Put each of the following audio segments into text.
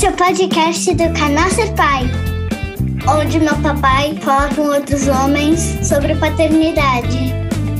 Esse é o podcast do canal Ser Pai, onde meu papai fala com outros homens sobre paternidade.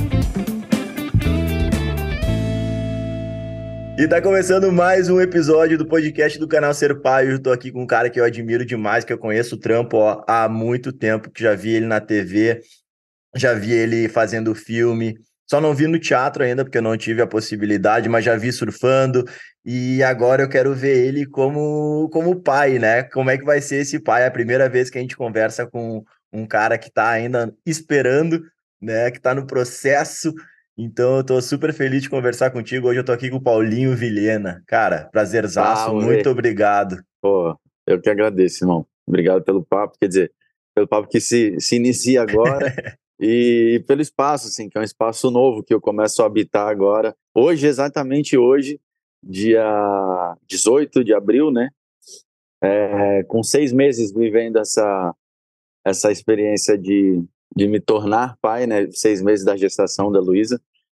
E tá começando mais um episódio do podcast do canal Ser Pai. Eu tô aqui com um cara que eu admiro demais, que eu conheço o trampo há muito tempo, que já vi ele na TV, já vi ele fazendo filme. Só não vi no teatro ainda, porque eu não tive a possibilidade, mas já vi surfando. E agora eu quero ver ele como pai, né? Como é que vai ser esse pai? É a primeira vez que a gente conversa com um cara que tá ainda esperando, né? Que tá no processo. Então eu tô super feliz de conversar contigo. Hoje eu tô aqui com o Paulinho Vilhena. Cara, prazerzaço, muito Salve! obrigado. Pô, eu que agradeço, irmão. Obrigado pelo papo, quer dizer, pelo papo que se inicia agora e pelo espaço, assim, que é um espaço novo que eu começo a habitar agora. Hoje, exatamente hoje, dia 18 de abril, né? Com 6 meses vivendo essa experiência de me tornar pai, né? 6 meses da gestação da Luísa.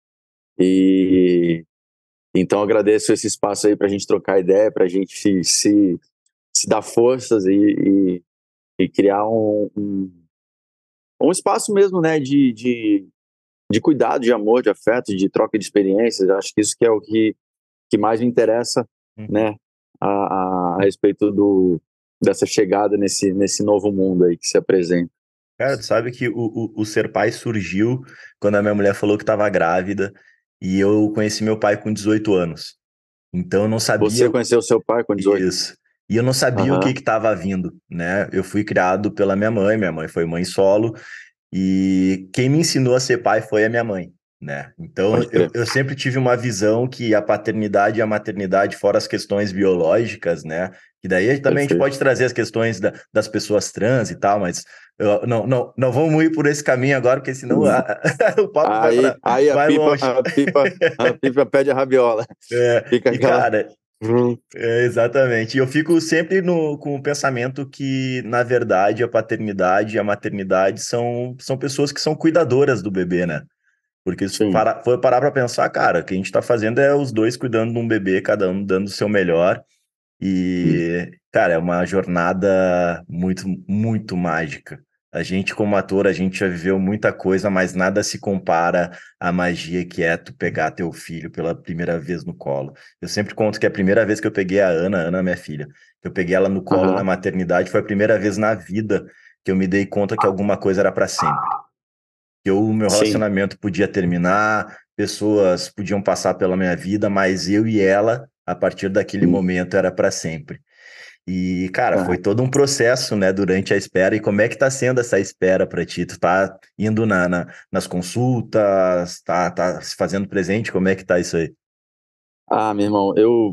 E então eu agradeço esse espaço aí para a gente trocar ideia, para a gente se dar forças e criar um espaço mesmo, né, de cuidado, de amor, de afeto, de troca de experiências. Acho que isso que é o que mais me interessa, né, a respeito dessa chegada nesse novo mundo aí que se apresenta. Cara, tu sabe que o ser pai surgiu quando a minha mulher falou que estava grávida e eu conheci meu pai com 18 anos. Então eu não sabia Você conheceu seu pai com 18? isso. E eu não sabia o que Aham, estava vindo, né? Eu fui criado pela minha mãe foi mãe solo, e quem me ensinou a ser pai foi a minha mãe, né? Então pode crer. eu sempre tive uma visão que a paternidade e a maternidade, fora as questões biológicas, né? E daí também a gente Perfeito. pode trazer as questões das pessoas trans e tal, mas não vamos ir por esse caminho agora, porque senão o papo Aí vai longe. a pipa pede a rabiola. Fica E aquela. cara, exatamente. E eu fico sempre com o pensamento que, na verdade, a paternidade e a maternidade são pessoas que são cuidadoras do bebê, né? Porque se Sim. for parar pra pensar, cara, o que a gente tá fazendo é os dois cuidando de um bebê, cada um dando o seu melhor. E, cara, é uma jornada muito, muito mágica. A gente, como ator, a gente já viveu muita coisa, mas nada se compara à magia que é tu pegar teu filho pela primeira vez no colo. Eu sempre conto que a primeira vez que eu peguei a Ana, minha filha, que eu peguei ela no colo na Aham. maternidade, foi a primeira vez na vida que eu me dei conta que alguma coisa era para sempre. Que o meu Sim. relacionamento podia terminar, pessoas podiam passar pela minha vida, mas eu e ela, a partir daquele Hum. momento, era para sempre. E, cara, foi Aham. todo um processo, né, durante a espera. E como é que tá sendo essa espera para ti? Tu tá indo nas consultas, tá se fazendo presente? Como é que tá isso aí? Meu irmão,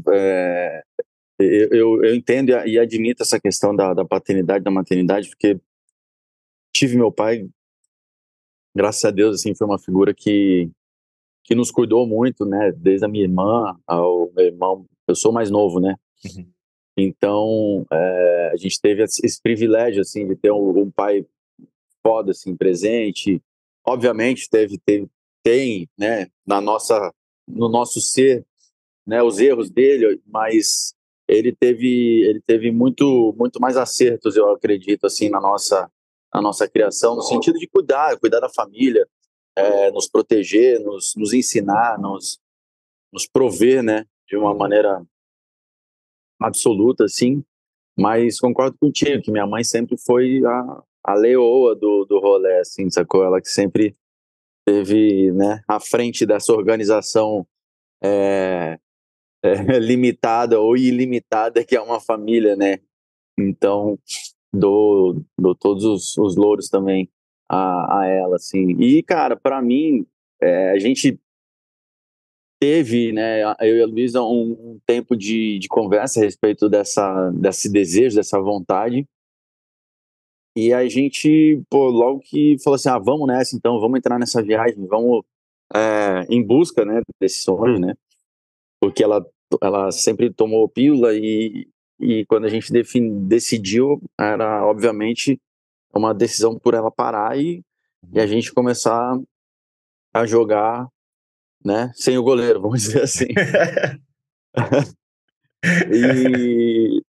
eu entendo e admito essa questão da paternidade, da maternidade, porque tive meu pai, graças a Deus, assim, foi uma figura que nos cuidou muito, né, desde a minha irmã ao meu irmão. Eu sou mais novo, né, Uhum. então a gente teve esse privilégio, assim, de ter um pai foda, assim, presente. Obviamente tem, né, no nosso ser, né, os erros dele, mas ele teve muito mais acertos, eu acredito, assim, na nossa criação, no sentido de cuidar da família, nos proteger, nos ensinar, nos prover, né, de uma maneira absoluta, assim. Mas concordo contigo que minha mãe sempre foi a leoa do rolê, assim, sacou? Ela que sempre teve, né, à frente dessa organização é, limitada ou ilimitada que é uma família, né? Então, dou todos os louros também a ela, assim. E, cara, para mim, a gente teve, né, eu e a Luísa, um tempo de conversa a respeito desse desejo, dessa vontade. E a gente, pô, logo que falou assim, vamos nessa então, vamos entrar nessa viagem, vamos em busca, né, desse sonho, né? Porque ela sempre tomou pílula e quando a gente decidiu, era obviamente uma decisão por ela parar e a Uhum. gente começar a jogar, né, sem o goleiro, vamos dizer assim. E,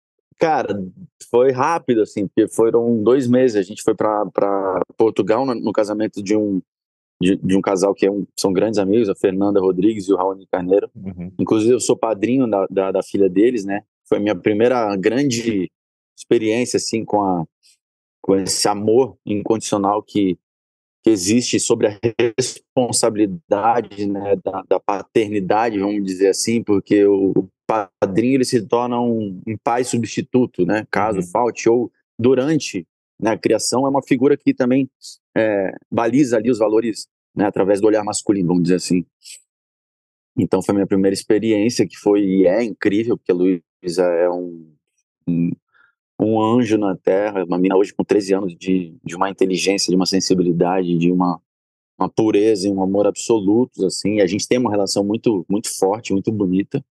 Cara, foi rápido, assim, porque foram 2 meses. A gente foi para Portugal no casamento de um casal que são grandes amigos, a Fernanda Rodrigues e o Raoni Carneiro. Uhum. Inclusive, eu sou padrinho da filha deles, né? Foi a minha primeira grande experiência, assim, com esse amor incondicional que existe sobre a responsabilidade, né, da paternidade, vamos dizer assim, porque o padrinho ele se torna um pai substituto, né, caso falte, ou durante, né, a criação, é uma figura que também baliza ali os valores, né, através do olhar masculino, vamos dizer assim. Então foi minha primeira experiência, que foi e é incrível, porque a Luísa é um anjo na Terra, uma menina hoje com 13 anos de uma inteligência, de uma sensibilidade, de uma pureza e um amor absolutos, assim. A gente tem uma relação muito, muito forte, muito bonita,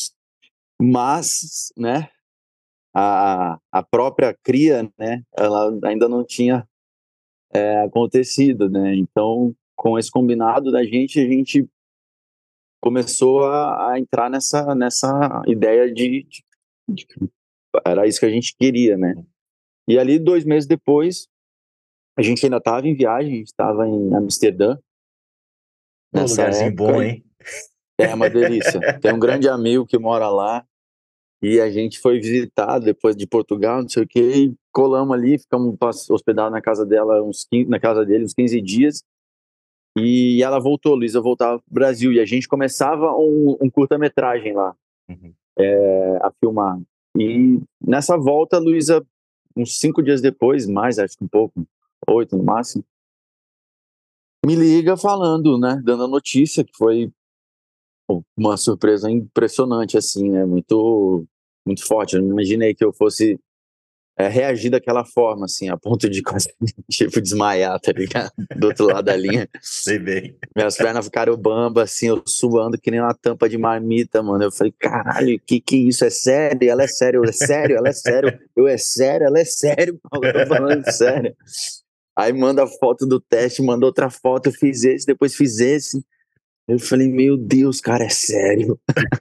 mas, né, a própria cria, né, ela ainda não tinha acontecido, né. Então, com esse combinado da gente, a gente começou a entrar nessa ideia de era isso que a gente queria, né. E ali 2 meses depois a gente ainda estava em viagem, a gente estava em Amsterdã Um nessa lugarzinho época. bom, hein? É uma delícia. Tem um grande amigo que mora lá e a gente foi visitar depois de Portugal, não sei o que, e colamos ali, ficamos hospedados na casa dela, na casa dele uns 15 dias. E ela voltou, Luísa voltava pro Brasil e a gente começava um curta-metragem lá Uhum. a filmar. E nessa volta, a Luísa, uns 5 dias depois, mais, acho que um pouco, 8 no máximo, me liga falando, né, dando a notícia, que foi uma surpresa impressionante, assim, né, muito, muito forte. Eu não imaginei que eu fosse reagir daquela forma, assim, a ponto de quase, tipo, desmaiar, tá ligado? Do outro lado da linha. Sei bem. Minhas pernas ficaram bamba, assim, eu suando que nem uma tampa de marmita, mano. Eu falei, caralho, que é isso? É sério? Ela é sério? É sério? Ela é sério? Eu é sério? Ela é sério? Eu tô falando sério. Aí manda a foto do teste, manda outra foto, eu fiz esse, depois fiz esse. Eu falei, meu Deus, cara, é sério.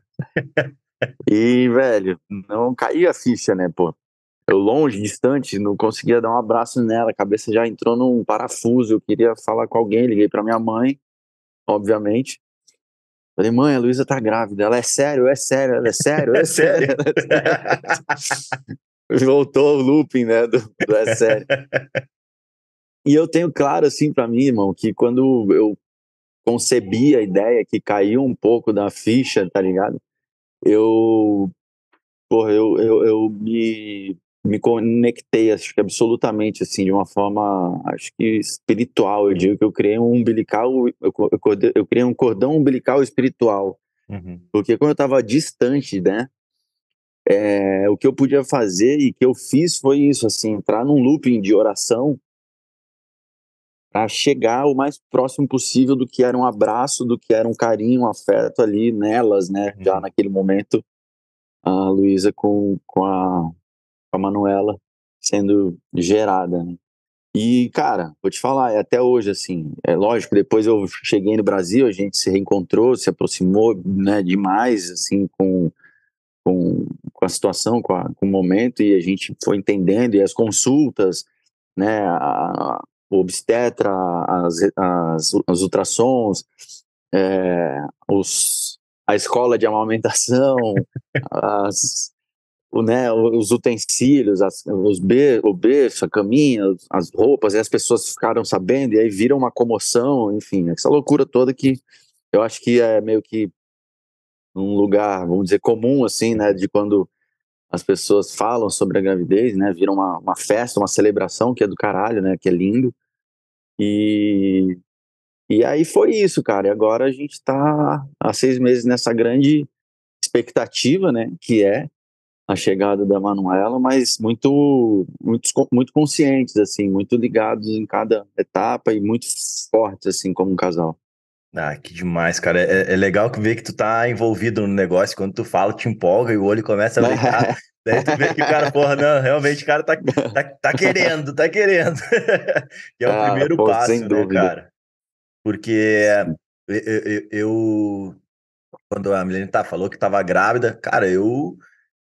E, velho, não caía a ficha, né, pô? Eu longe, distante, não conseguia dar um abraço nela, a cabeça já entrou num parafuso, eu queria falar com alguém, liguei pra minha mãe, obviamente. Falei, mãe, a Luísa tá grávida. Ela é sério, é sério, ela é sério, É é sério. sério? Voltou o looping, né, do é sério. E eu tenho claro, assim, pra mim, irmão, que quando eu concebi a ideia, que caiu um pouco da ficha, tá ligado? Eu, porra, eu me conectei, acho que absolutamente, assim, de uma forma, acho que espiritual. Eu digo que eu criei um umbilical, eu criei um cordão umbilical espiritual. Uhum. Porque quando eu estava distante, né, o que eu podia fazer e que eu fiz foi isso, assim, entrar num looping de oração para chegar o mais próximo possível do que era um abraço, do que era um carinho, um afeto ali nelas, né, já naquele momento, a Luísa com a Manuela sendo gerada, né. E, cara, vou te falar, até hoje, assim, é lógico, depois eu cheguei no Brasil, a gente se reencontrou, se aproximou, né, demais, assim, com a situação, com o momento, e a gente foi entendendo, e as consultas, né, o obstetra, as ultrassons, a escola de amamentação, as, né, os utensílios, o berço, a caminha, as roupas, e as pessoas ficaram sabendo, e aí viram uma comoção, enfim, essa loucura toda que eu acho que é meio que um lugar, vamos dizer, comum, assim, né, de quando as pessoas falam sobre a gravidez, né, vira uma festa, uma celebração, que é do caralho, né, que é lindo, e, e aí foi isso, cara, e agora a gente tá há 6 meses nessa grande expectativa, né, que é a chegada da Manuela, mas muito conscientes, assim, muito ligados em cada etapa e muito fortes, assim, como um casal. Ah, que demais, cara. É legal ver que tu tá envolvido no negócio. Quando tu fala, te empolga e o olho começa a brilhar. Daí tu vê que o cara, porra, não, realmente o cara tá querendo, tá querendo. Que é o Ah, primeiro pô, sem passo, né, dúvida. cara? Porque quando a Milene falou que tava grávida, cara, eu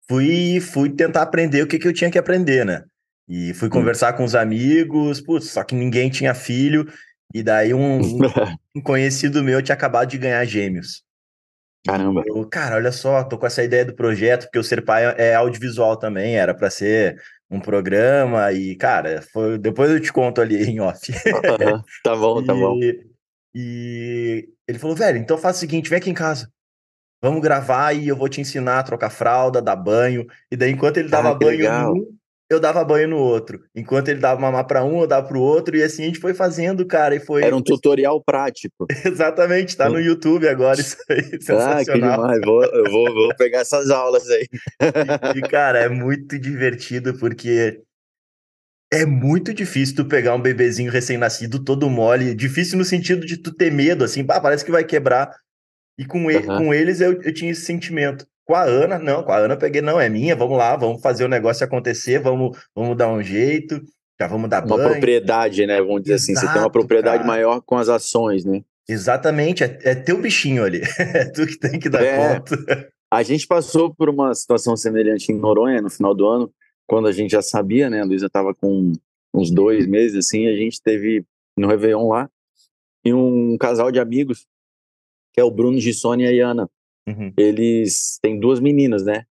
fui tentar aprender o que eu tinha que aprender, né? E fui Hum. conversar com os amigos, putz, só que ninguém tinha filho, e daí um conhecido meu tinha acabado de ganhar gêmeos. E Caramba. eu, cara, olha só, tô com essa ideia do projeto, porque o Ser Pai é audiovisual também, era para ser um programa, e, cara, depois eu te conto ali em off. Aham. Tá bom, tá bom. E, e ele falou, velho, então faz o seguinte, vem aqui em casa. Vamos gravar e eu vou te ensinar a trocar fralda, dar banho. E daí, enquanto ele dava Ah, que banho legal. num, eu dava banho no outro. Enquanto ele dava mamar para um, eu dava pro outro. E assim a gente foi fazendo, cara. E Era foi um tutorial prático. exatamente, tá no YouTube agora isso aí, Ah, que sensacional. demais. Eu vou pegar essas aulas aí. Cara, é muito divertido porque é muito difícil tu pegar um bebezinho recém-nascido todo mole. Difícil no sentido de tu ter medo, assim, pá, parece que vai quebrar. E Aham. com eles eu tinha esse sentimento. Com a Ana, não, com a Ana eu peguei, não, é minha, vamos lá, vamos fazer o negócio acontecer, vamos dar um jeito, já vamos dar Uma banho. propriedade, né? Vamos dizer assim. Você tem uma Exato, propriedade cara. maior com as ações, né? Exatamente, é teu bichinho ali. É tu que tem que dar É, conta. a gente passou por uma situação semelhante em Noronha no final do ano, quando a gente já sabia, né? A Luísa estava com uns 2 meses, assim, a gente teve no Réveillon lá, e um casal de amigos, que é o Bruno, Gissone e a Iana. Uhum, Eles têm 2 meninas, né?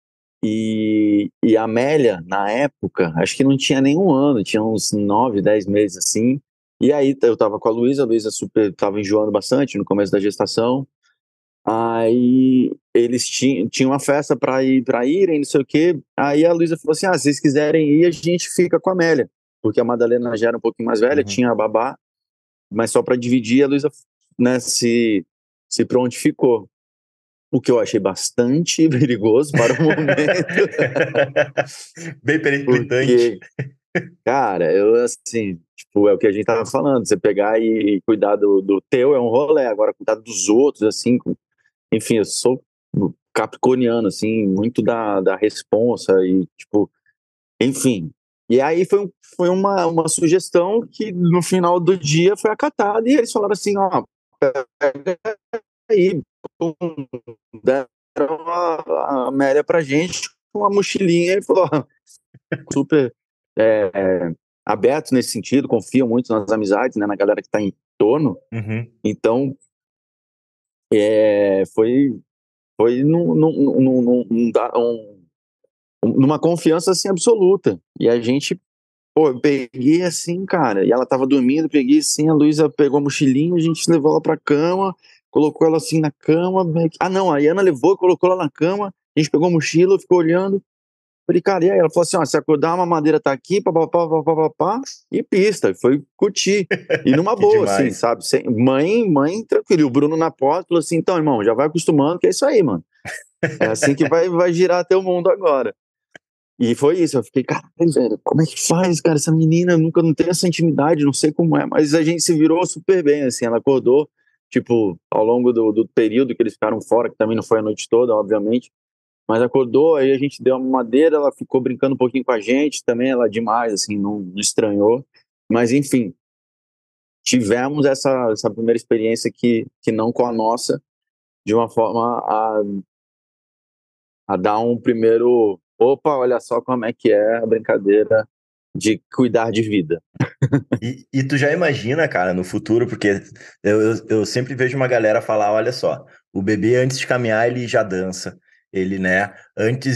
E a Amélia, na época, acho que não tinha nenhum ano, tinha uns 9, 10 meses assim. E aí eu tava com a Luísa super tava enjoando bastante no começo da gestação. Aí eles tinham uma festa para irem, não sei o quê. Aí a Luísa falou assim: ah, se vocês quiserem ir, a gente fica com a Amélia. Porque a Madalena já era um pouquinho mais velha, uhum. tinha a babá, mas só para dividir, a Luísa, né, se prontificou. O que eu achei bastante perigoso para o momento, Bem periclitante. porque, cara, eu assim, tipo, é o que a gente tava falando, você pegar e cuidar do teu é um rolê, agora cuidar dos outros, assim, enfim, eu sou capricorniano, assim, muito da responsa e, tipo, enfim. E aí foi uma sugestão que no final do dia foi acatada e eles falaram assim, ó, pega aí, pum, deram a Amélia pra gente com uma mochilinha e falou, ó, super abertos nesse sentido, confiam muito nas amizades, né, na galera que está em torno. Uhum. Então, foi numa confiança assim absoluta. E a gente, pô, eu peguei assim, cara, e ela tava dormindo, peguei assim, a Luísa pegou a mochilinha, a gente levou ela pra cama, colocou ela assim na cama. Ah, não, a Iana levou, colocou ela na cama, a gente pegou a mochila, ficou olhando. Falei, cara, e aí? Ela falou assim: ó, se acordar, uma madeira tá aqui, papapá, papapá, e pista. Foi curtir. E numa Que boa, assim, demais. sabe? Mãe, tranquilo. E o Bruno na porta falou assim: então, irmão, já vai acostumando, que é isso aí, mano. É assim que vai girar teu mundo agora. E foi isso. Eu fiquei, caralho, velho, como é que faz, cara? Essa menina nunca não tem essa intimidade, não sei como é. Mas a gente se virou super bem, assim. Ela acordou, tipo, ao longo do período que eles ficaram fora, que também não foi a noite toda, obviamente. Mas acordou, aí a gente deu uma madeira, ela ficou brincando um pouquinho com a gente, também ela demais, assim, não estranhou. Mas, enfim, tivemos essa primeira experiência que não com a nossa, de uma forma a dar um primeiro, opa, olha só como é que é a brincadeira de cuidar de vida. E tu já imagina, cara, no futuro, porque eu sempre vejo uma galera falar, olha só, o bebê antes de caminhar, ele já dança, ele, né, antes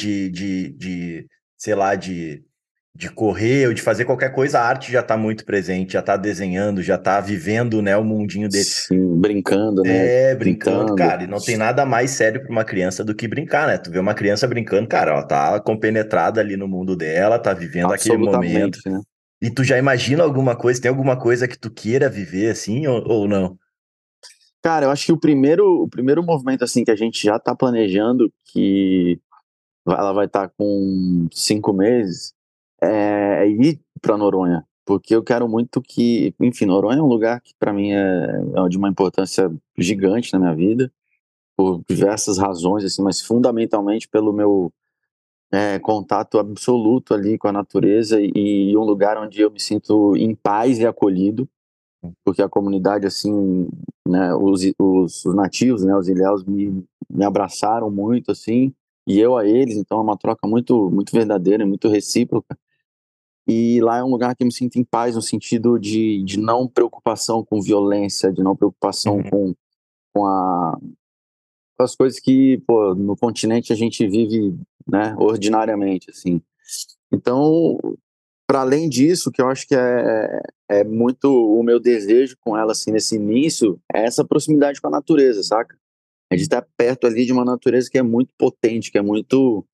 sei lá, de correr ou de fazer qualquer coisa, a arte já tá muito presente, já tá desenhando, já tá vivendo, né, o mundinho dele. Sim, brincando, né? É, brincando, Pintando. cara, e não tem nada mais sério para uma criança do que brincar, né? Tu vê uma criança brincando, cara, ela tá compenetrada ali no mundo dela, tá vivendo aquele momento. Absolutamente, né? E tu já imagina alguma coisa? Tem alguma coisa que tu queira viver assim ou não? Cara, eu acho que o primeiro movimento, assim, que a gente já tá planejando, que ela vai estar com 5 meses, ir para Noronha, porque eu quero muito que, enfim, Noronha é um lugar que para mim é de uma importância gigante na minha vida, por diversas razões, assim, mas fundamentalmente pelo meu contato absoluto ali com a natureza e um lugar onde eu me sinto em paz e acolhido, porque a comunidade, assim, né, os nativos, né, os ilhéus me abraçaram muito, assim, e eu a eles, então é uma troca muito, muito verdadeira, muito recíproca. E lá é um lugar que eu me sinto em paz, no sentido de não preocupação com violência, de não preocupação Uhum. com com as coisas que, pô, no continente a gente vive, né, ordinariamente, assim. Então, para além disso, que eu acho que é muito o meu desejo com ela, assim, nesse início, é essa proximidade com a natureza, saca? A gente tá perto ali de uma natureza que é muito potente, que é muito,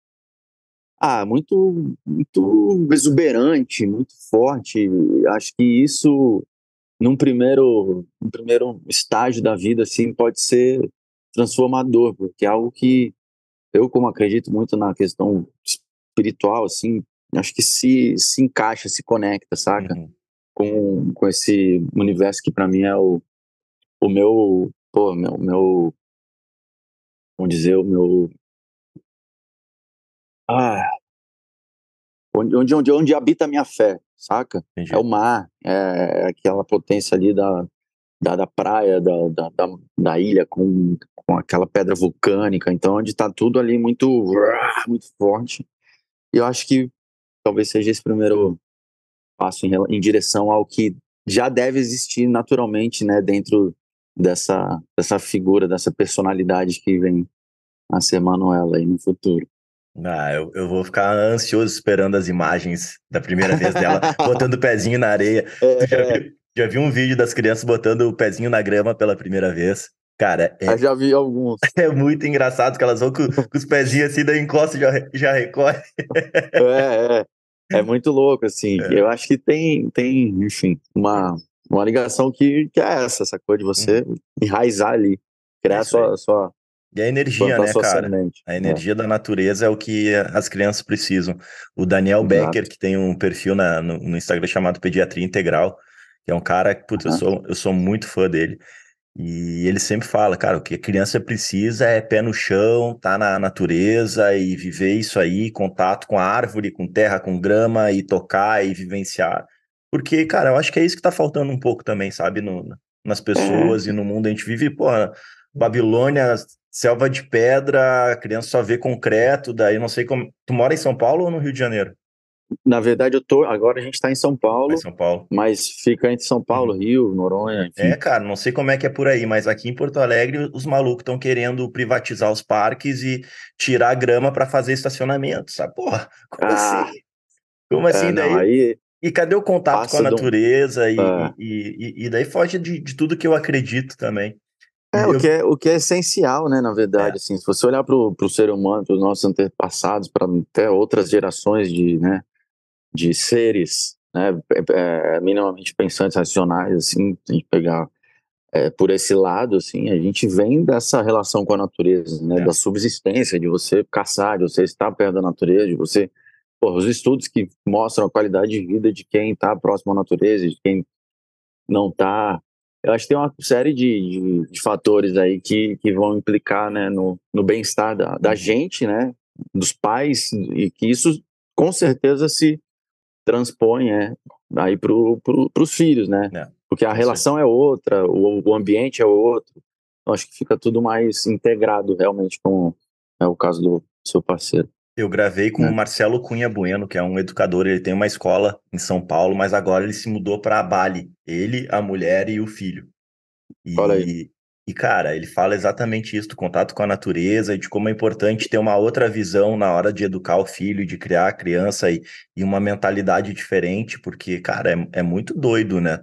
muito exuberante, muito forte. Acho que isso, num primeiro estágio da vida, assim, pode ser transformador, porque é algo que eu, como acredito muito na questão espiritual, assim, acho que se encaixa, se conecta, saca? Uhum. Com esse universo que para mim é o meu, pô, vamos dizer, o meu, ah, onde habita a minha fé, saca? É o Entendi. mar, é aquela potência ali da praia, da ilha com aquela pedra vulcânica, então onde tá tudo ali muito, muito forte. E eu acho que talvez seja esse primeiro passo em direção ao que já deve existir naturalmente, né, dentro dessa figura, dessa personalidade que vem a ser Manuela aí no futuro. Ah, eu vou ficar ansioso esperando as imagens da primeira vez dela botando o pezinho na areia. Tu É, já viu um vídeo das crianças botando o pezinho na grama pela primeira vez? Cara, eu já vi alguns. é muito engraçado que elas vão com os pezinhos assim, daí encosta e já recolhe. É, é, é muito louco, assim. É. Eu acho que tem, enfim, uma ligação que é essa coisa de você Uhum. enraizar ali, É criar isso aí. E a energia, plantar né, sua cara? semente. A energia da natureza é o que as crianças precisam. O Daniel Becker, Exato. que tem um perfil no Instagram chamado Pediatria Integral, que é um cara, putz, Aham. eu sou muito fã dele. E ele sempre fala, cara, o que a criança precisa é pé no chão, tá na natureza e viver isso aí, contato com a árvore, com terra, com grama e tocar e vivenciar. Porque, cara, eu acho que é isso que tá faltando um pouco também, sabe, nas É, pessoas e no mundo. A gente vive, porra, Babilônia, selva de pedra, a criança só vê concreto, daí não sei como. Tu mora em São Paulo ou no Rio de Janeiro? na verdade, agora a gente está em São Vai em Paulo, São Paulo. mas fica entre São Paulo, Uhum. Rio, Noronha, É, enfim. cara, não sei como é que é por aí, mas aqui em Porto Alegre os malucos estão querendo privatizar os parques e tirar a grama para fazer estacionamento, sabe? Porra, como assim? Ah, Como assim não, daí? aí E cadê o contato com a passa de um. natureza? É, E daí foge de tudo que eu acredito também. é, E eu, o que é essencial, né, na verdade, é, assim, se você olhar para o ser humano, para os nossos antepassados, para até outras gerações de seres, né, minimamente pensantes, racionais, assim, se a gente pegar por esse lado, assim, a gente vem dessa relação com a natureza, né, é, da subsistência, de você caçar, de você estar perto da natureza, de você, pô, os estudos que mostram a qualidade de vida de quem está próximo à natureza, de quem não está. Eu acho que tem uma série de fatores aí que vão implicar, né, no bem-estar da uhum, gente, né, dos pais, e que isso com certeza se transpõe aí pros filhos, né? é, Porque a com certeza. relação é outra, o ambiente é outro. Então, acho que fica tudo mais integrado realmente com o caso do seu parceiro, Eu gravei com o né? Marcelo Cunha Bueno, que é um educador, ele tem uma escola em São Paulo, mas agora ele se mudou para Bali, ele, a mulher e o filho. Olha aí. Cara, ele fala exatamente isso, do contato com a natureza e de como é importante ter uma outra visão na hora de educar o filho, de criar a criança e uma mentalidade diferente, porque, cara, é muito doido, né?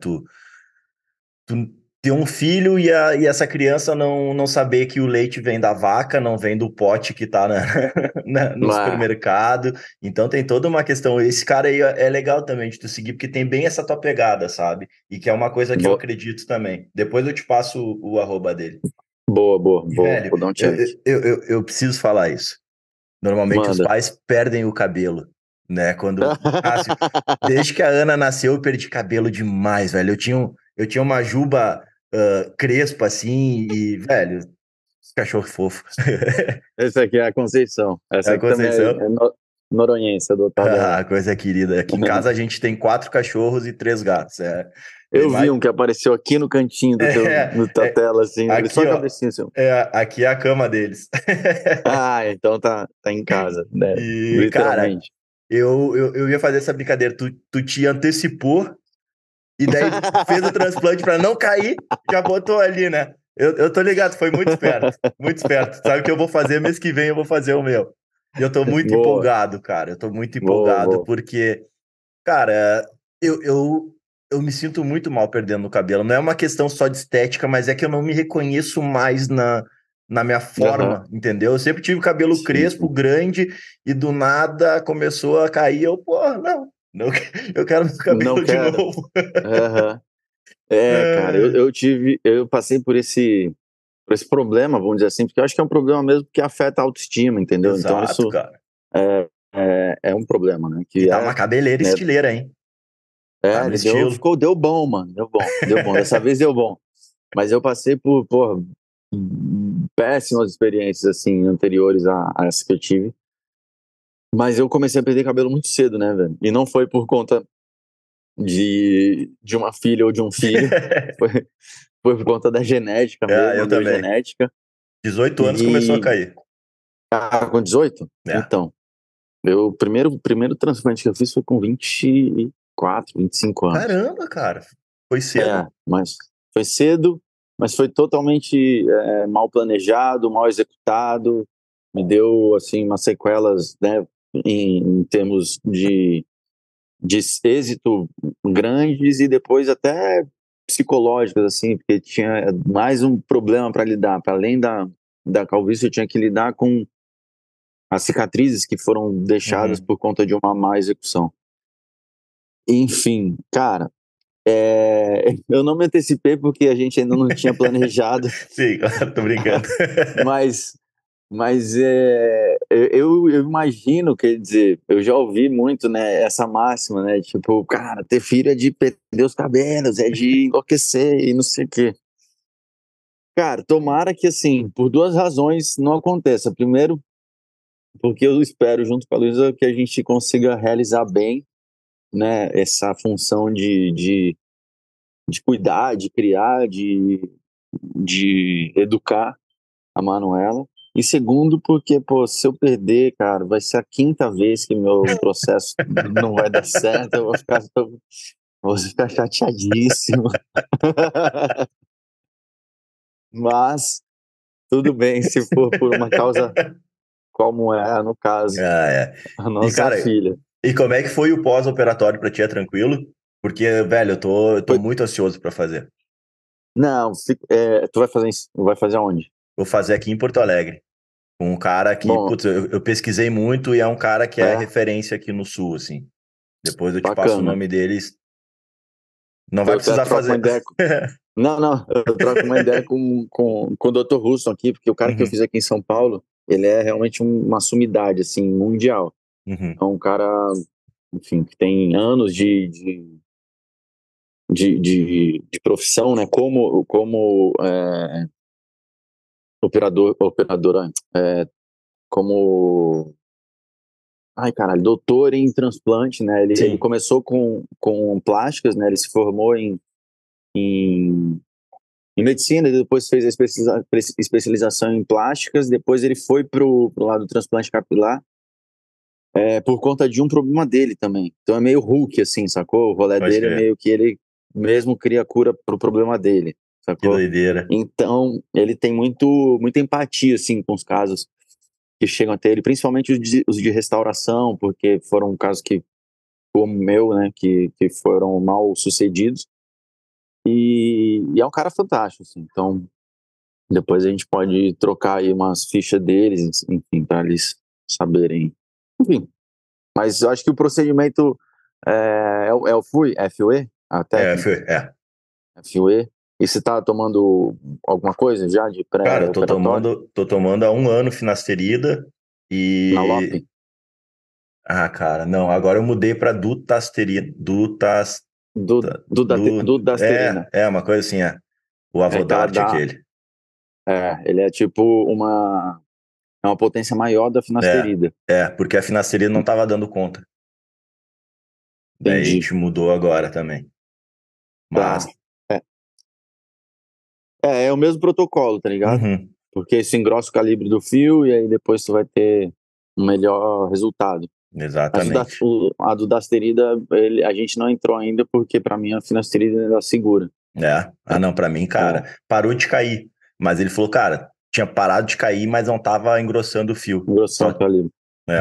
Tu ter um filho e essa criança não saber que o leite vem da vaca, não vem do pote que tá no Mas, supermercado. Então tem toda uma questão. Esse cara aí é legal também de tu seguir, porque tem bem essa tua pegada, sabe? E que é uma coisa que eu boa, acredito também. Depois eu te passo o arroba dele. E, boa. velho, Vou dar um check. eu preciso falar isso. Normalmente os Manda. pais perdem o cabelo, né? Desde que a Ana nasceu, eu perdi cabelo demais, velho. Eu tinha uma juba crespa assim e, velho, cachorro fofo. Essa aqui é a Conceição. É Essa a aqui também Conceição. noronhense, adotado errado. Ah, coisa querida. Aqui em casa a gente tem 4 cachorros e 3 gatos. É Eu vi mais... um que apareceu aqui no cantinho é, da tua é, tela, assim, ele só aqui, a ó. cabecinha, assim. Aqui é a cama deles. Ah, então tá em casa, né? E, cara, Literalmente. eu ia fazer essa brincadeira. Tu te antecipou e daí fez o transplante pra não cair, já botou ali, né? Eu tô ligado, foi muito esperto. Muito esperto. Sabe o que eu vou fazer mês que vem? Eu vou fazer o meu. E eu tô muito Boa, empolgado, cara. Eu tô muito boa, empolgado boa. porque, cara, eu, eu, eu me sinto muito mal perdendo o cabelo. Não é uma questão só de estética, mas é que eu não me reconheço mais na minha Aham. forma, entendeu? Eu sempre tive cabelo Sim, crespo, sim. grande, e do nada começou a cair. Eu, pô, não, eu quero meu Não cabelo de quero. novo. Aham. É, cara, É, eu passei por esse problema, vamos dizer assim, porque eu acho que é um problema mesmo que afeta a autoestima, entendeu? Então exato, isso cara. é um problema, né? E Que tá uma cabeleira né, estileira, hein? Tá no ele estilo. deu bom, mano, deu bom, dessa vez deu bom. Mas eu passei por, porra, péssimas experiências, assim, anteriores a essa que eu tive. Mas eu comecei a perder cabelo muito cedo, né, velho? E não foi por conta de uma filha ou de um filho, foi, foi por conta da genética É, mesmo, eu a minha também. genética. 18 anos começou a E, cair. com 18? É. Então, o primeiro transplante que eu fiz foi com 24, 25 anos. Caramba, cara. Foi cedo. Mas foi cedo, mas foi totalmente mal planejado, mal executado. Me deu, assim, umas sequelas, né, em termos de êxito grandes e depois até psicológicas, assim, porque tinha mais um problema para lidar. Para além da calvície, eu tinha que lidar com as cicatrizes que foram deixadas Uhum. por conta de uma má execução. Enfim, cara, eu não me antecipei porque a gente ainda não tinha planejado, Sim, claro, tô brincando. mas, eu imagino, quer dizer, eu já ouvi muito, né, essa máxima, né, tipo, cara, ter filho é de perder os cabelos, é de enlouquecer e não sei o quê. Cara, tomara que, assim, por duas razões não aconteça. Primeiro, porque eu espero, junto com a Luísa, que a gente consiga realizar bem, né, essa função de cuidar, de criar, de educar a Manuela. E segundo, porque, pô, se eu perder, cara, vai ser a quinta vez que meu processo não vai dar certo, vou ficar chateadíssimo. Mas, tudo bem, se for por uma causa como é, no caso, Ah, é. a E, nossa cara, filha. e como é que foi o pós-operatório pra ti? É tranquilo? Porque, velho, eu tô Foi- muito ansioso pra fazer. Não, tu vai fazer isso? Vai fazer aonde? Vou fazer aqui em Porto Alegre. Com um cara que, Bom, putz, eu pesquisei muito e é um cara que é é referência aqui no Sul, assim. Depois eu te passo o bacana. nome deles. Não vai Eu até precisar troco uma fazer. ideia. Não, eu troco uma ideia com o Dr. Russo aqui, porque o cara que eu Uhum, fiz aqui em São Paulo, ele é realmente uma sumidade, assim, mundial. uhum. É um cara, enfim, que tem anos de profissão, né, como operadora, como, ai, caralho, doutor em transplante, né, ele Sim, começou com plásticas, né, ele se formou em em medicina, ele depois fez a especialização em plásticas, depois ele foi pro lado do transplante capilar, por conta de um problema dele também. Então é meio Hulk, assim, sacou? O rolê pode dele é crer. meio que ele mesmo cria a cura pro problema dele, Que sacou? doideira. Então ele tem muita empatia, assim, com os casos que chegam até ele, principalmente os de restauração, porque foram casos como o meu, né, que foram mal sucedidos. E é um cara fantástico, assim. Então, depois a gente pode trocar aí umas fichas deles, enfim, para eles saberem. Enfim, mas eu acho que o procedimento é o FUE? A técnica? É. FUE? E você tá tomando alguma coisa já de Cara, tô pré-operatório? tomando, tô tomando há 1 ano finasterida Nalop? e... Ah, cara, não, agora eu mudei pra dutasterida, Dudasterina. uma coisa assim, é. O É que ela Avodart, dá. aquele. Ele é tipo uma. É uma potência maior da finasterida. Porque a finasterida não tava dando conta. Daí a Entendi. gente mudou agora também. Mas... Tá. É o mesmo protocolo, tá ligado? Uhum, Porque isso engrossa o calibre do fio e aí depois tu vai ter um melhor resultado. Mas exatamente. a do Dasterida, a gente não entrou ainda porque pra mim a finasterida ainda segura. Não, pra mim, cara, parou de cair. Mas ele falou, cara, tinha parado de cair, mas não tava engrossando o fio. Engrossando o calibre.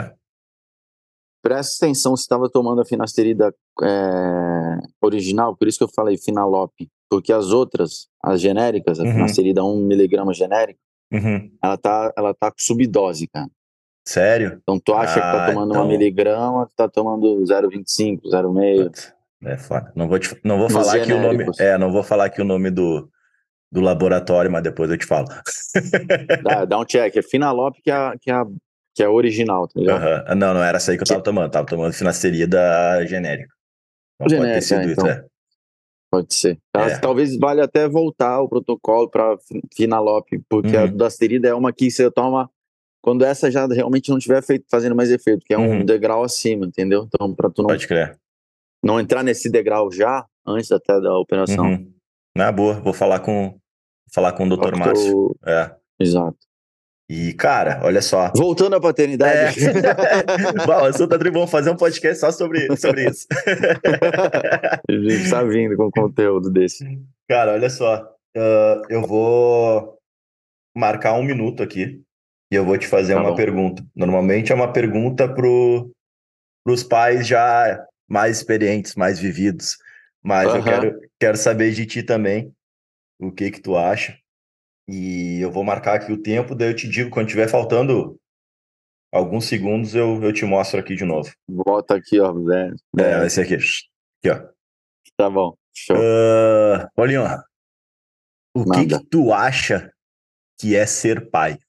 Presta atenção se estava tomando a finasterida original, por isso que eu falei Finalope, porque as outras, as genéricas, a finasterida 1 mg genérica, ela tá com subdose, cara. Sério? Então tu acha que tá tomando 1 miligrama, tu tá tomando 0,25, 0,5. É foda. Não vou falar aqui o nome. Não vou falar aqui o nome do laboratório, mas depois eu te falo. Dá um check. É Finalope que é a original, tá ligado? Não era essa aí que eu tava tomando. Tava tomando finasterida genérica. Então genérica, pode ter sido então. isso, Pode ser. Talvez valha até voltar o protocolo para Finalope, porque a Dasterida é uma que você toma quando essa já realmente não estiver fazendo mais efeito, que é um degrau acima, entendeu? Então, para tu não entrar nesse degrau já, antes até da operação. Boa. Vou falar com o Dr. Márcio. Exato. E, cara, olha só. Voltando à paternidade. Bom, assunto vamos fazer um podcast só sobre isso. A gente tá vindo com conteúdo desse. Cara, olha só. Eu vou marcar 1 minuto aqui e eu vou te fazer uma pergunta. Normalmente é uma pergunta pros pais já mais experientes, mais vividos. Mas eu quero saber de ti também o que tu acha. E eu vou marcar aqui o tempo, daí eu te digo, quando tiver faltando alguns segundos, eu te mostro aqui de novo. Bota aqui, ó. Esse aqui. Aqui, ó. Tá bom. Show. Paulinho, o que tu acha que é ser pai?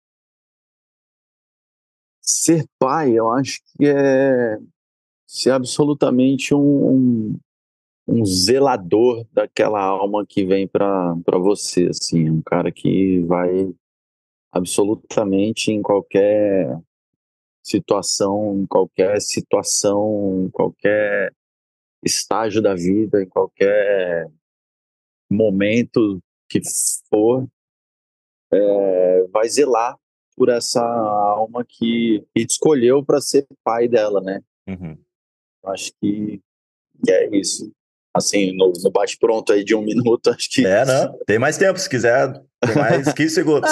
Ser pai, eu acho que é ser absolutamente um zelador daquela alma que vem para você, assim, um cara que vai absolutamente em qualquer situação, em qualquer estágio da vida, em qualquer momento que for, vai zelar por essa alma que te escolheu para ser pai dela, né? Eu acho que é isso. Assim, no bate-pronto aí de 1 minuto, acho que... não. Tem mais tempo, se quiser. Tem mais 15 segundos.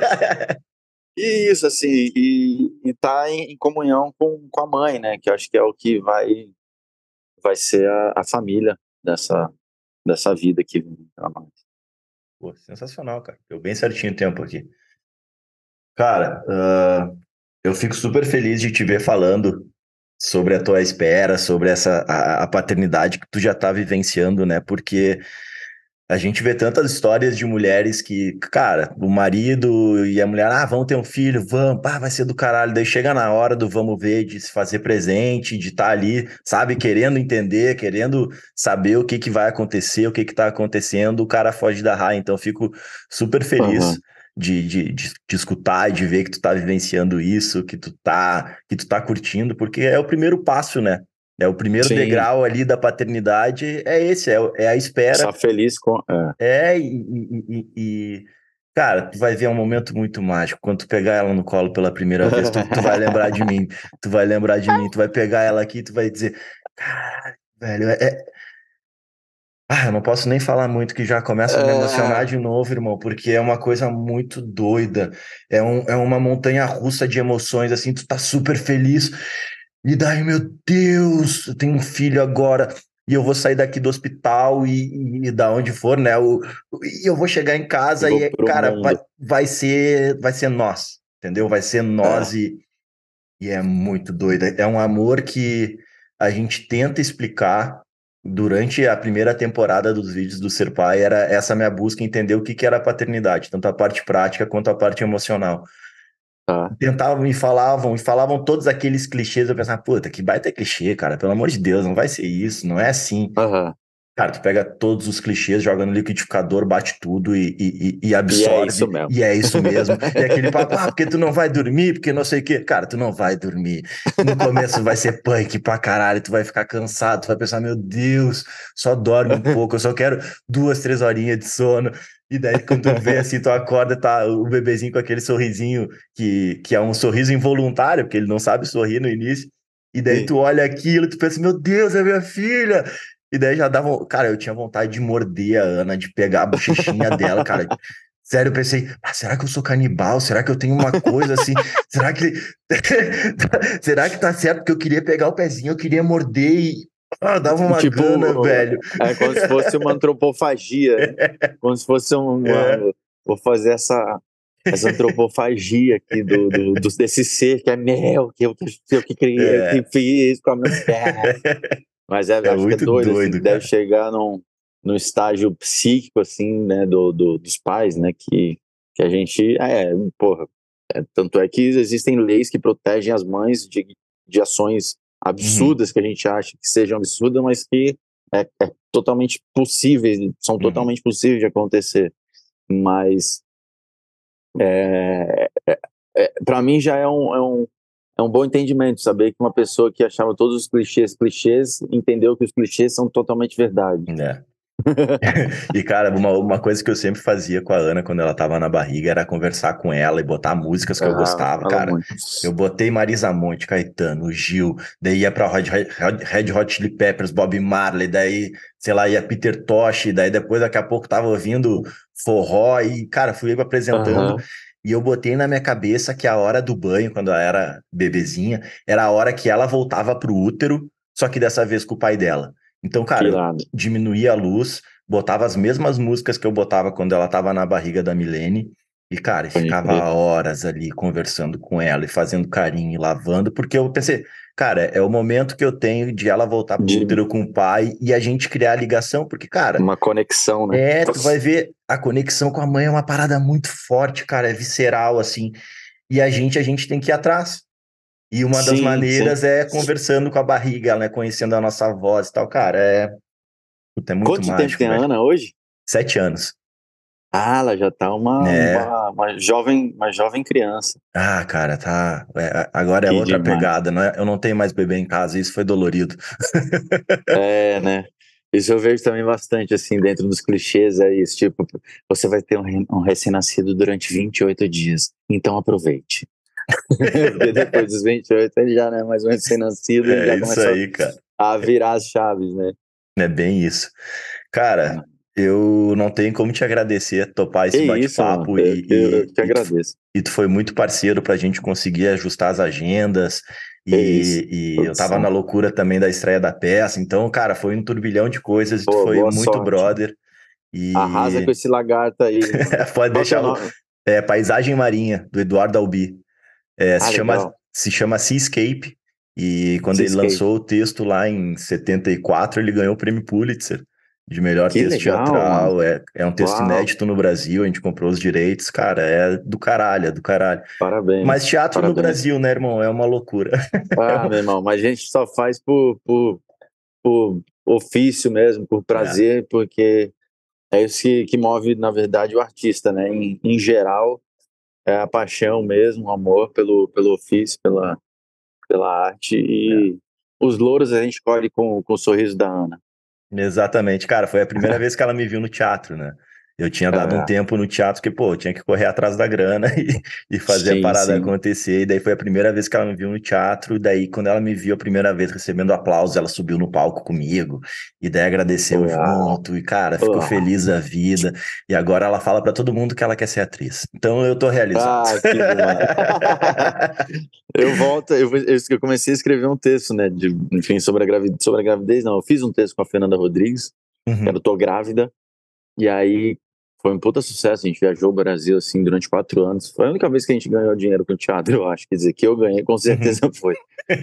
Isso, assim, e tá em comunhão com a mãe, né? Que eu acho que é o que vai ser a família dessa vida que vem pra nós. Pô, sensacional, cara. Deu bem certinho o tempo aqui. Cara, eu fico super feliz de te ver falando sobre a tua espera, sobre a paternidade que tu já tá vivenciando, né? Porque a gente vê tantas histórias de mulheres que, cara, o marido e a mulher, vamos ter um filho, vamos, vai ser do caralho. Daí chega na hora do vamos ver, de se fazer presente, de estar ali, sabe, querendo entender, querendo saber o que vai acontecer, o que tá acontecendo, o cara foge da raia. Então, eu fico super feliz de escutar e de ver que tu tá vivenciando isso, que tu tá curtindo, porque é o primeiro passo, né? É o primeiro degrau ali da paternidade, é a espera. Estar feliz com... Cara, tu vai ver um momento muito mágico. Quando tu pegar ela no colo pela primeira vez, tu vai lembrar de mim. Tu vai lembrar de mim, tu vai pegar ela aqui, tu vai dizer, caralho, velho, eu não posso nem falar muito que já começa a me emocionar de novo, irmão, porque é uma coisa muito doida. É uma montanha russa de emoções, assim, tu tá super feliz. E daí, meu Deus, eu tenho um filho agora e eu vou sair daqui do hospital e da onde for, né? E eu vou chegar em casa e, cara, vai ser nós, entendeu? Vai ser nós e é muito doido. É um amor que a gente tenta explicar durante a primeira temporada dos vídeos do Ser Pai, era essa minha busca entender o que era a paternidade, tanto a parte prática quanto a parte emocional. Tentavam e falavam todos aqueles clichês, eu pensava, puta, que baita clichê, cara, pelo amor de Deus, não vai ser isso, não é assim. Cara, tu pega todos os clichês, joga no liquidificador, bate tudo e absorve. E é isso mesmo. E é isso mesmo. E aquele papo, porque tu não vai dormir, porque não sei o quê. Cara, tu não vai dormir. No começo vai ser punk pra caralho, tu vai ficar cansado, tu vai pensar, meu Deus, só dorme um pouco, eu só quero 2, 3 horinhas de sono. E daí, quando tu vê assim, tu acorda, tá o bebezinho com aquele sorrisinho que é um sorriso involuntário, porque ele não sabe sorrir no início. E daí Sim. tu olha aquilo e tu pensa, meu Deus, é minha filha! E daí já dava. Cara, eu tinha vontade de morder a Ana, de pegar a bochechinha dela, cara. Sério, eu pensei, será que eu sou canibal? Será que eu tenho uma coisa assim? Será que. Será que tá certo? Porque eu queria pegar o pezinho, eu queria morder e. Dava uma gana, Tipo, velho. é como se fosse uma antropofagia, né? Como se fosse É, vou fazer essa antropofagia aqui desse ser que é meu, que criei, que é. fiz com a minha mulher. Mas É acho que é muito doido, assim, doido, deve cara. chegar num estágio psíquico, assim, né, dos pais, né, que a gente, porra, tanto é que existem leis que protegem as mães de ações Uhum, absurdas que a gente acha que sejam absurdas, mas que é totalmente possíveis, são uhum, totalmente possíveis de acontecer. Mas para mim já é um bom entendimento saber que uma pessoa que achava todos os clichês, entendeu que os clichês são totalmente verdade. é. E, cara, uma coisa que eu sempre fazia com a Ana quando ela tava na barriga era conversar com ela e botar músicas que eu Ah, gostava, fala cara. muito. Eu botei Marisa Monte, Caetano, Gil, daí ia pra Red Hot Chili Peppers, Bob Marley, daí, sei lá, ia Peter Tosh, daí depois daqui a pouco tava ouvindo forró e, cara, fui apresentando Aham, e eu botei na minha cabeça que a hora do banho, quando ela era bebezinha, era a hora que ela voltava pro útero, só que dessa vez com o pai dela. Então, que cara, eu irado. diminuía a luz, botava as mesmas músicas que eu botava quando ela tava na barriga da Milene. E, cara, e Pode ficava crer. horas ali conversando com ela e fazendo carinho e lavando, porque eu pensei, cara, é o momento que eu tenho de ela voltar pro De útero com o pai e a gente criar a ligação, porque, cara, uma conexão, né? tu vai ver, a conexão com a mãe é uma parada muito forte, cara, é visceral, assim, e a gente tem que ir atrás. E uma das Sim, sim. maneiras é conversando com a barriga, né, conhecendo a nossa voz e tal, cara, puta, é muito Quanto tempo mágico, tem a velho. Ana hoje? 7 anos. Ah, ela já tá É. uma jovem criança. Ah, cara, tá. Agora é Que outra demais. pegada, não é? Eu não tenho mais bebê em casa, isso foi dolorido. É, né? Isso eu vejo também bastante, assim, dentro dos clichês, é isso, tipo, você vai ter um recém-nascido durante 28 dias, então aproveite. Porque depois dos 28 ele já não é mais um recém-nascido, ele É já isso começa aí, cara. a virar as chaves, né? É bem isso. Cara, eu não tenho como te agradecer, topar Que esse isso, mano. bate-papo Eu que agradeço. e tu foi muito parceiro pra gente conseguir ajustar as agendas. Que isso. E eu tava na Produção. loucura também da estreia da peça, então, cara, foi um turbilhão de coisas e tu Pô, foi boa muito sorte. brother. Arrasa com E esse lagarto aí, mano. pode Qual que é deixar o nome? Paisagem Marinha, do Eduardo Albi. Ah, legal. Se chama Seascape, e quando ele Seascape. lançou o texto lá em 74, ele ganhou o prêmio Pulitzer de melhor Que texto legal, mano. teatral. É um texto Uau. inédito no Brasil, a gente comprou os direitos, cara, é do caralho, é do caralho. Mas Parabéns. teatro no Parabéns. Brasil, né, irmão? É uma loucura. Ah, meu irmão, mas a gente só faz por ofício mesmo, por É, prazer, porque é isso que move, na verdade, o artista, né? Em geral, é a paixão mesmo, o amor pelo ofício, pela arte. é. E os louros a gente colhe com o sorriso da Ana. Exatamente, cara, foi a primeira vez que ela me viu no teatro, né? Eu tinha dado um É, tempo no teatro que, pô, eu tinha que correr atrás da grana e fazer a sim, parada sim. acontecer. E daí foi a primeira vez que ela me viu no teatro. E daí, quando ela me viu a primeira vez recebendo aplausos, ela subiu no palco comigo. E daí agradeceu Uau, junto. E, cara, ficou uau. feliz da vida. E agora ela fala pra todo mundo que ela quer ser atriz. Então eu tô realizado. Ah, que demais. Eu volto, eu comecei a escrever um texto, né, enfim, sobre a gravidez, não, eu fiz um texto com a Fernanda Rodrigues, que era Uhum, Tô Grávida, e aí foi um puta sucesso, a gente viajou o Brasil, assim, durante 4 anos, foi a única vez que a gente ganhou dinheiro com o teatro, eu acho, quer dizer, que eu ganhei, com certeza uhum. foi,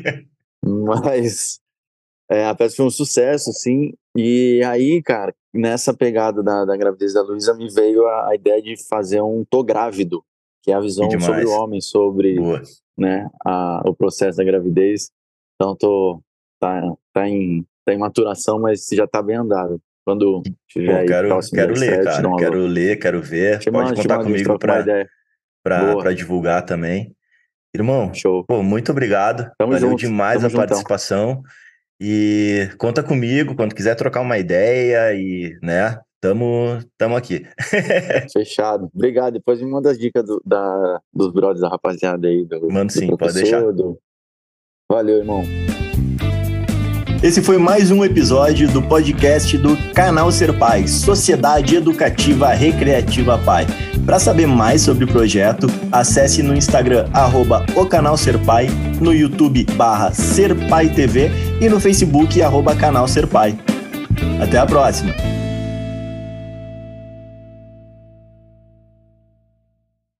mas a peça foi um sucesso, assim, e aí, cara, nessa pegada da gravidez da Luísa, me veio a ideia de fazer um Tô Grávido, que é a Que visão sobre o demais. homem, sobre, Boa. né, o processo da gravidez. Então tá em maturação, mas já tá bem andado. quando tiver aí próximo. Quero ler, cara. Quero ler, quero ver. Pode contar comigo pra divulgar também. Irmão, show. Pô, muito obrigado. Valeu demais a participação. E conta comigo quando quiser trocar uma ideia e, né, tamo aqui. Fechado. Obrigado. Depois me manda as dicas dos brothers, da rapaziada aí. Mando sim, pode deixar. Valeu, irmão. Esse foi mais um episódio do podcast do Canal Ser Pai, Sociedade Educativa Recreativa Pai. Para saber mais sobre o projeto, acesse no Instagram @ocanalserpai, no YouTube /SerPaiTV e no Facebook @Canal Ser Pai. Até a próxima!